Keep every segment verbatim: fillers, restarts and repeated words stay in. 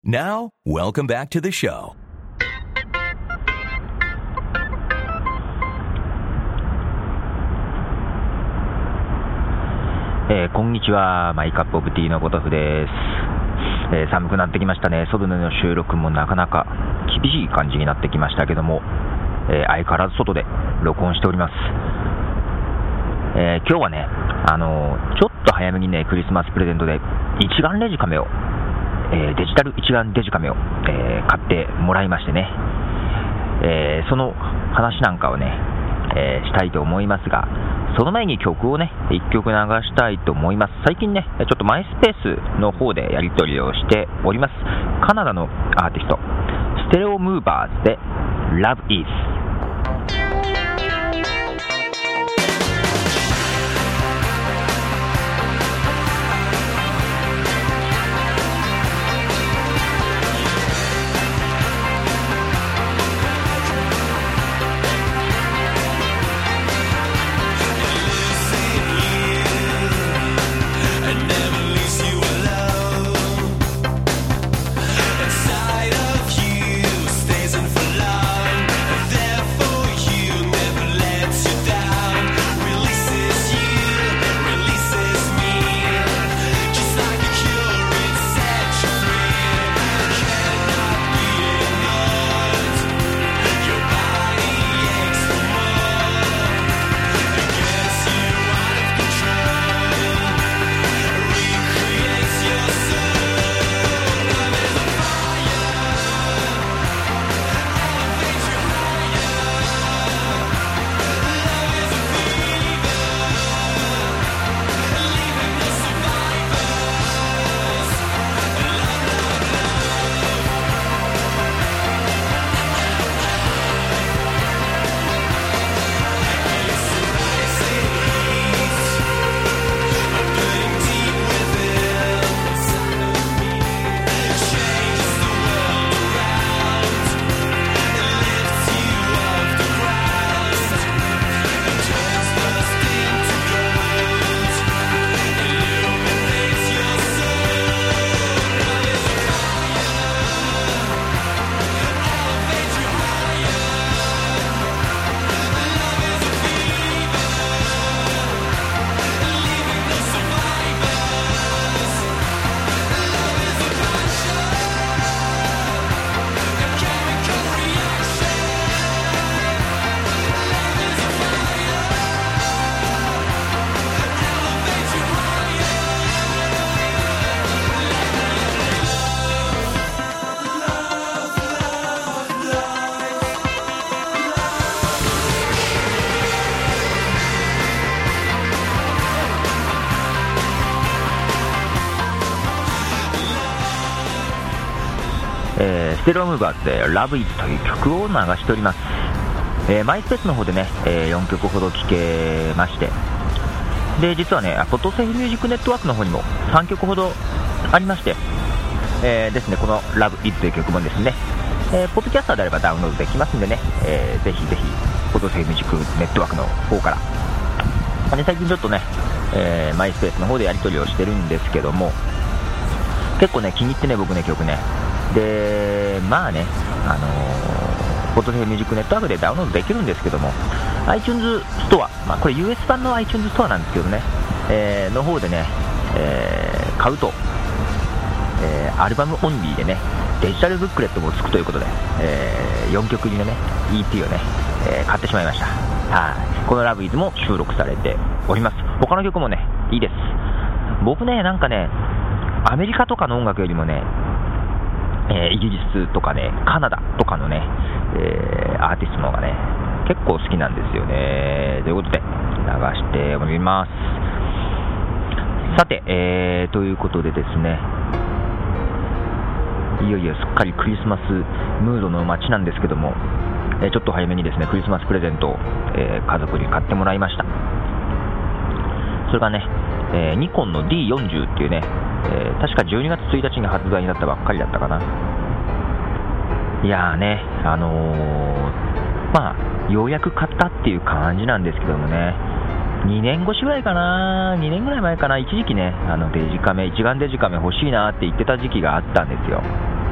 Now, welcome back to the show. えー、こんにちは。マイカップオブティーのポトフです。えー、寒くなってきましたね。外での収録もなかなか厳しい感じになってきましたけども、えー、相変わらず外で録音しております。えー、今日はね、あのー、ちょっと早めにね、クリスマスプレゼントで一眼レジカメを、えー、デジタル一眼デジカメを、えー、買ってもらいましてね、えー、その話なんかをね、えー、したいと思いますが、その前に曲をね、一曲流したいと思います。最近ね、ちょっとマイスペースの方でやり取りをしております。カナダのアーティスト、ステレオムーバーズで Love Is。えー、ステレオムーバーズで Love Is という曲を流しております。えー、マイスペースの方でね、えー、よんきょくほど聴けまして、で実はね、ポッドセーフミュージックネットワークの方にもさんきょくほどありまして、えー、ですね、この Love Is という曲もですね、えー、ポッドキャスターであればダウンロードできますんでね、えー、ぜひぜひポッドセーフミュージックネットワークの方から、まあね、最近ちょっとね、えー、マイスペースの方でやり取りをしてるんですけども、結構ね気に入ってね、僕ね曲ね、でまあね、あのー、ポッドセーフミュージックネットワークでダウンロードできるんですけども、 iTunes ストア、まあ、これ ユーエス 版の iTunes ストアなんですけどね、えー、の方でね、えー、買うと、えー、アルバムオンリーでね、デジタルブックレットもつくということで、えー、よんきょく入りのね イーピー をね、えー、買ってしまいました。はい、この Love Is も収録されております。他の曲もねいいです。僕ね、なんかね、アメリカとかの音楽よりもね、えー、イギリスとかね、カナダとかのね、えー、アーティストの方がね結構好きなんですよね。ということで流しております。さて、えー、ということでですね、いよいよすっかりクリスマスムードの街なんですけども、えー、ちょっと早めにですねクリスマスプレゼントを、えー、家族に買ってもらいました。それがね、えー、ニコンの ディーよんじゅう っていうね、えー、確かじゅうにがつついたちに発売になったばっかりだったかな。いやーね、あのー、まあようやく買ったっていう感じなんですけどもね、にねんごしぐらいかな、にねんぐらい前かな、一時期ね、あのデジカメ、一眼デジカメ欲しいなって言ってた時期があったんですよ。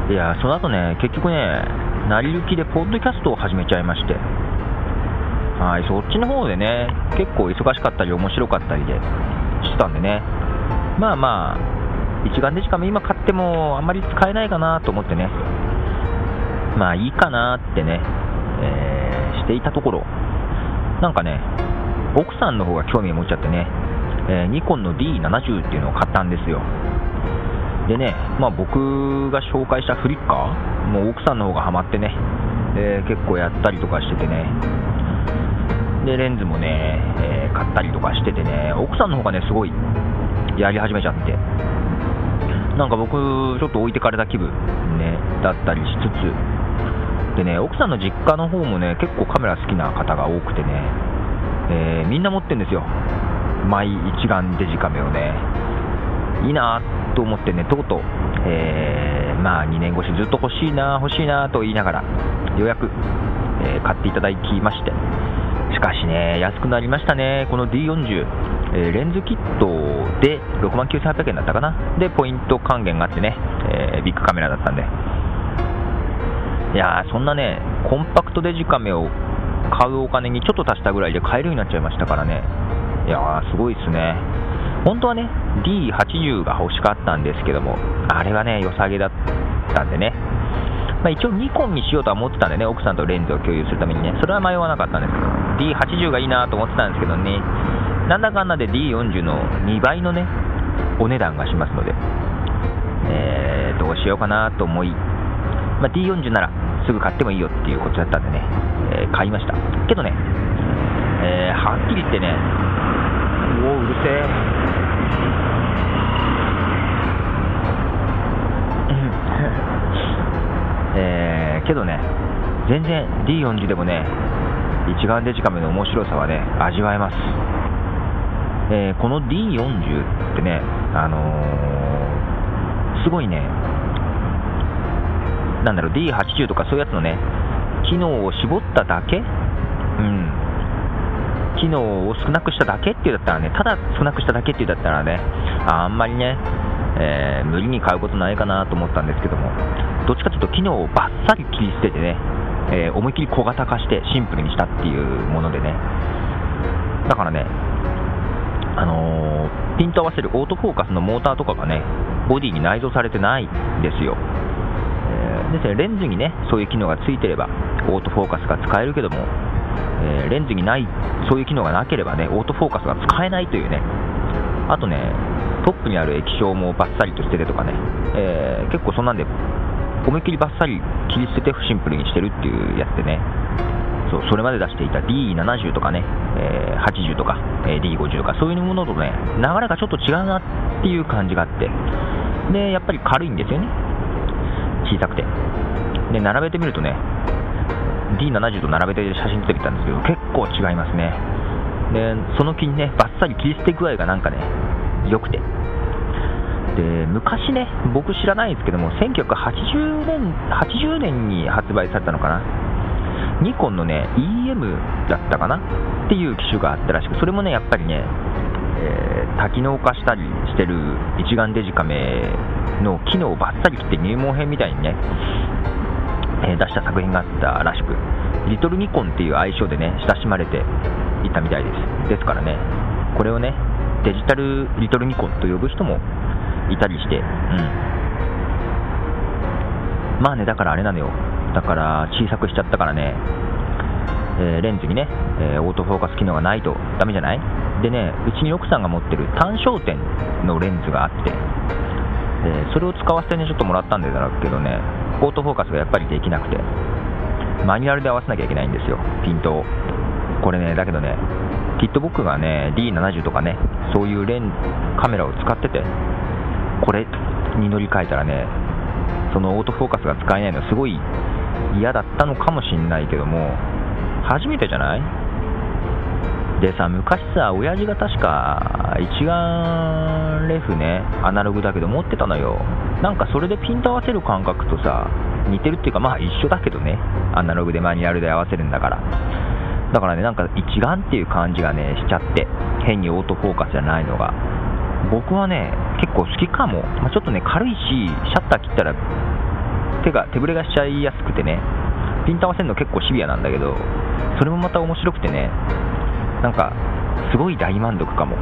いやその後ね、結局ね、成り行きでポッドキャストを始めちゃいまして、はい、そっちの方でね、結構忙しかったり面白かったりでしてたんでね、まあまあ一眼デジカメ今買ってもあんまり使えないかなと思ってね、まあいいかなってね、えー、していたところ、なんかね、奥さんの方が興味を持っちゃってね、えー、ニコンの ディーななじゅう っていうのを買ったんですよ。でね、まあ、僕が紹介したフリッカー、もう奥さんの方がハマってね、えー、結構やったりとかしててね、でレンズもね、えー、買ったりとかしててね、奥さんの方がねすごいやり始めちゃって、なんか僕ちょっと置いてかれた気分、ね、だったりしつつでね、奥さんの実家の方もね結構カメラ好きな方が多くてね、えー、みんな持ってるんですよ、マイ一眼デジカメをね。いいなと思ってね、とうとう、えー、まあにねんごしずっと欲しいな欲しいなと言いながらようやく、えー、買っていただきまして、しかしね安くなりましたね。この ディーよんじゅう、えー、レンズキットでろくまんきゅうせんはっぴゃくえんだったかな、でポイント還元があってね、えー、ビッグカメラだったんで、いやーそんなねコンパクトデジカメを買うお金にちょっと足したぐらいで買えるようになっちゃいましたからね、いやーすごいっすね。本当はね ディーはちじゅう が欲しかったんですけども、あれはね良さげだったんでね、まあ、一応ニコンにしようとは思ってたんでね、奥さんとレンズを共有するためにね、それは迷わなかったんですけど、 ディーはちじゅう がいいなと思ってたんですけどね、なんだかんだで ディーよんじゅう のにばいのねお値段がしますので、えー、どうしようかなと思い、まあ、ディーよんじゅう ならすぐ買ってもいいよっていうことだったんでね、えー、買いましたけどね、えー、はっきり言ってね、うおうるせええー、けどね、全然 ディーよんじゅう でもね一眼デジカメの面白さはね味わえます。えー、この ディーよんじゅう ってね、あのー、すごいね、なんだろう ディーはちじゅう とかそういうやつのね機能を絞っただけ、うん、機能を少なくしただけっていうだったらね、ただ少なくしただけっていうだったらね、あんまりね、えー、無理に買うことないかなと思ったんですけども、どっちかというと機能をバッサリ切り捨ててね、えー、思いっきり小型化してシンプルにしたっていうものでね、だからね、あのー、ピント合わせるオートフォーカスのモーターとかがねボディに内蔵されてないんですよ。えー、ですね、レンズにねそういう機能がついてればオートフォーカスが使えるけども、えー、レンズにないそういう機能がなければねオートフォーカスが使えないというね、あとねトップにある液晶もバッサリとしててとかね、えー、結構そんなんで思いっきりバッサリ切り捨ててシンプルにしてるっていうやつでね、そうそれまで出していた ディーななじゅう とかね、えー、はちじゅうとか、えー、ディーごじゅう とかそういうものとね流れがちょっと違うなっていう感じがあって、でやっぱり軽いんですよね、小さくて。で並べてみるとね ディーななじゅう と並べて写真撮ってみたんですけど結構違いますね。でその気にねバッサリ切り捨て具合がなんかね良くて、で昔ね僕知らないんですけどもせんきゅうひゃくはちじゅうねんはちじゅうねんに発売されたのかな、ニコンのね イーエム だったかなっていう機種があったらしく、それもねやっぱりね、えー、多機能化したりしてる一眼デジカメの機能をバッサリ切って入門編みたいにね、えー、出した作品があったらしく、リトルニコンっていう愛称でね親しまれていたみたいです。ですからねこれをねデジタルリトルニコンと呼ぶ人もいたりして、うん、まあねだからあれなのよ、だから小さくしちゃったからね、えー、レンズにね、えー、オートフォーカス機能がないとダメじゃない。でねうちに奥さんが持ってる単焦点のレンズがあって、えー、それを使わせてねちょっともらったんだけどね、オートフォーカスがやっぱりできなくてマニュアルで合わせなきゃいけないんですよ、ピントを。これねだけどねきっと僕がね ディーななじゅう とかねそういうレンカメラを使っててこれに乗り換えたらねそのオートフォーカスが使えないのはすごい嫌だったのかもしんないけども、初めてじゃないでさ、昔さ親父が確か一眼レフねアナログだけど持ってたのよ。なんかそれでピント合わせる感覚とさ似てるっていうか、まあ一緒だけどね、アナログでマニュアルで合わせるんだから。だからねなんか一眼っていう感じがねしちゃって、変にオートフォーカスじゃないのが僕はね結構好きかも、まあ、ちょっとね軽いしシャッター切ったら手が手ぶれがしちゃいやすくてね、ピント合わせるの結構シビアなんだけど、それもまた面白くてね、なんかすごい大満足かも。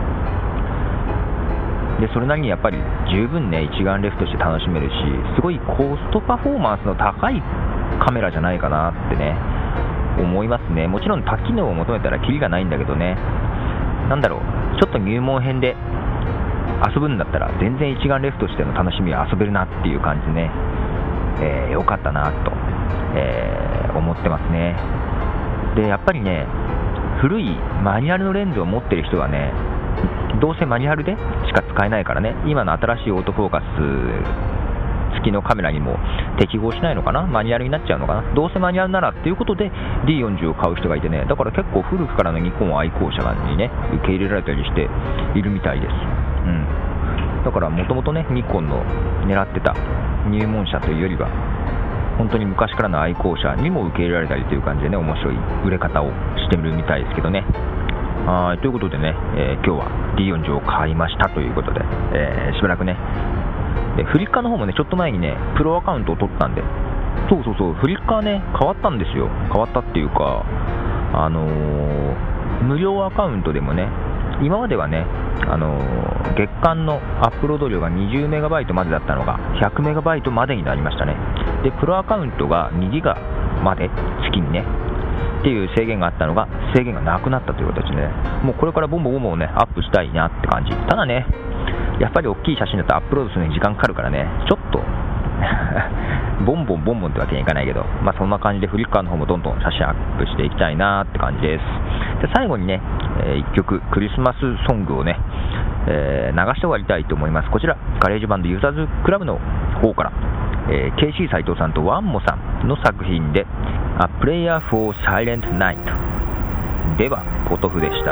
でそれなりにやっぱり十分ね一眼レフとして楽しめるし、すごいコストパフォーマンスの高いカメラじゃないかなってね思いますね。もちろん多機能を求めたらキリがないんだけどね、なんだろう、ちょっと入門編で遊ぶんだったら全然一眼レフとしての楽しみは遊べるなっていう感じでね、えー、よかったなと、えー、思ってますね。でやっぱりね、古いマニュアルのレンズを持ってる人はね、どうせマニュアルでしか使えないからね、今の新しいオートフォーカス付きのカメラにも適合しないのかな、マニュアルになっちゃうのかな、どうせマニュアルならっていうことで ディーよんじゅう を買う人がいてね、だから結構古くからのニコン愛好者にね受け入れられたりしているみたいです。うん、だからもともとねニコンの狙ってた入門者というよりは本当に昔からの愛好者にも受け入れられたりという感じでね、面白い売れ方をしてみるみたいですけどね。はい、ということでね、えー、今日は ディーよんじゅう を買いましたということで、えー、しばらくね、でフリッカーの方もねちょっと前にねプロアカウントを取ったんで、そうそうそう、フリッカーね変わったんですよ。変わったっていうか、あのー、無料アカウントでもね、今まではね、あのー、月間のアップロード量が にじゅうメガバイト までだったのが ひゃくメガバイト までになりましたね。でプロアカウントがにギガまで月にねっていう制限があったのが制限がなくなったという形で、ね、もうこれからボンボンボンボンねアップしたいなって感じ。ただね、やっぱり大きい写真だとアップロードするのに時間かかるからね、ちょっとボンボンボンボンってわけにいかないけど、まあそんな感じでフリッカーの方もどんどん写真アップしていきたいなって感じです。で最後にね、えー、いっきょくクリスマスソングをね、えー、流して終わりたいと思います。こちらガレージバンドユーザーズクラブの方から、えー、ケーシー 斉藤さんとワンモさんの作品で A Prayer for Silent Night ではポトフでした。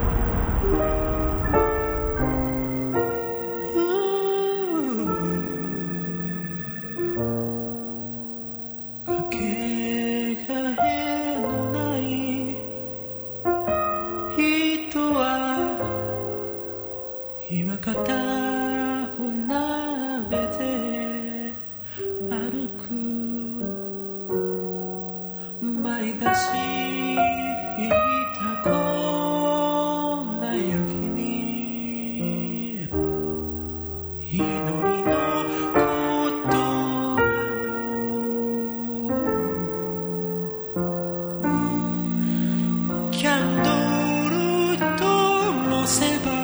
今肩をなべて歩く舞い出したこんな雪に祈りの言葉をキャンドルともせば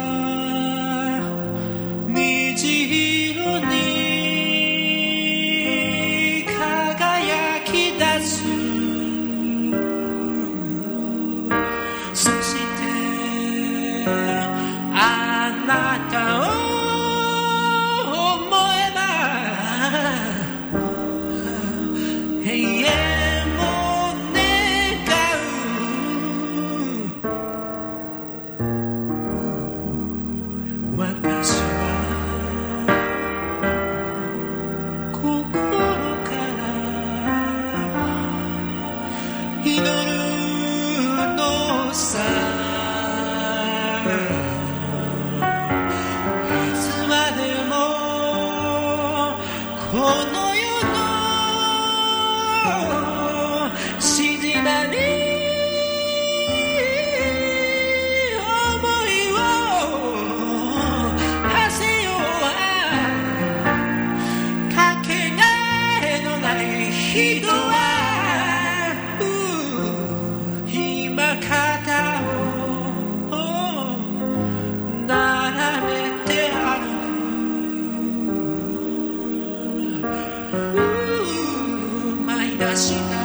この世の静なに思いを馳せよう、かけがえのない人は今肩を並べて歩く。舞い出した